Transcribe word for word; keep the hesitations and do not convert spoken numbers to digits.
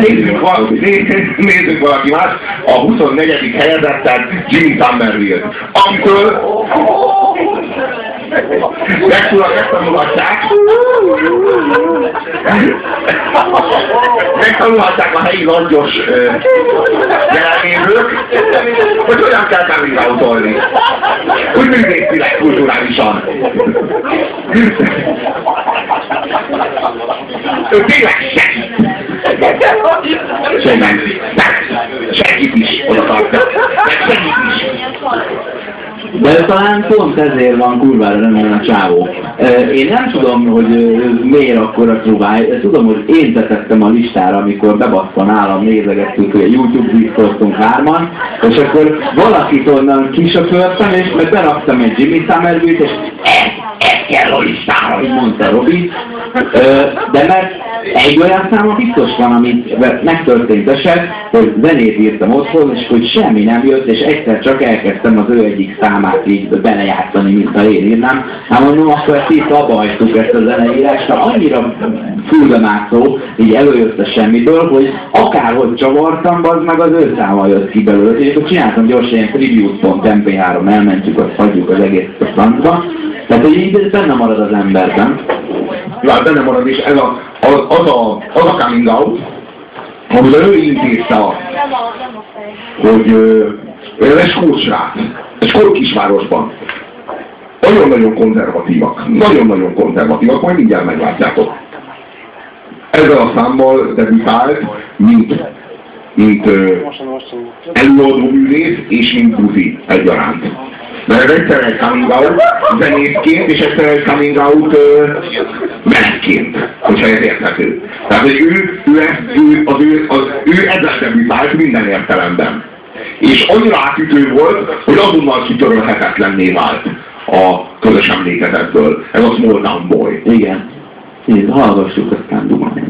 Nézzük valaki, nézzük valaki más, a huszonnegyedik helyezettet Jimmy Somerville, amitől megtudnak, megtanulhatják, megtanulhatják a helyi langyos jelenlévők, hogy hogyan kell coming out-olni. Úgy művészileg, kulturálisan. Ő tényleg segít. Segít. Segít is, oda tartja. Segít is. De talán pont ezért van kurvára rendben a csávó. Én nem tudom, hogy miért akkora trubály. Tudom, hogy én tetettem a listára, amikor bebasszva nálam nézegettük, hogy a YouTube biztoztunk hárman, és akkor valakit onnan kisöpörtem, és meg beraktam egy Jimmy Somerville-t, és ez, ez kell a listára, így mondta Robi. De mert egy olyan száma biztos van, amit megtörtént eset, hogy zenét írtam otthon, és hogy semmi nem jött, és egyszer csak elkezdtem az ő egyik számát így belejátszani, mint ha én írnám. Hát mondom, akkor ezt itt abba hagytuk ezt a zeneírást, annyira fülbemászó, így előjött a semmiből, hogy akárhogy csavartam, az meg az ő száma jött ki belőle, és akkor csináltam gyorsan ilyen tribute pont em pé három, elmentjük, azt hagyjuk az egész a francba. Tehát, hogy így benne marad az emberben. Ja, benne marad, és ez a, az, az, a, az a coming out, ahogy ő intézte, hogy ő egy skót srác, egy skót kisvárosban. Nagyon-nagyon konzervatívak, nagyon-nagyon konzervatívak, majd mindjárt meglátjátok. Ezzel a számmal debütált, mint, mint előadó művész és mint buzi egyaránt. Mert egyszer egy coming out zenészként, és egyszer egy coming out uh, melegként, hogyha ez érthető. Tehát, hogy ő, ő, ő, az ő, az, ő ezzel debütált minden értelemben. És annyira átütő volt, hogy azonnal kitörölhetetlenné vált a közös emlékezetből. Ez a Small Town Boy. Igen. Így hallgassuk, aztán dumáljuk.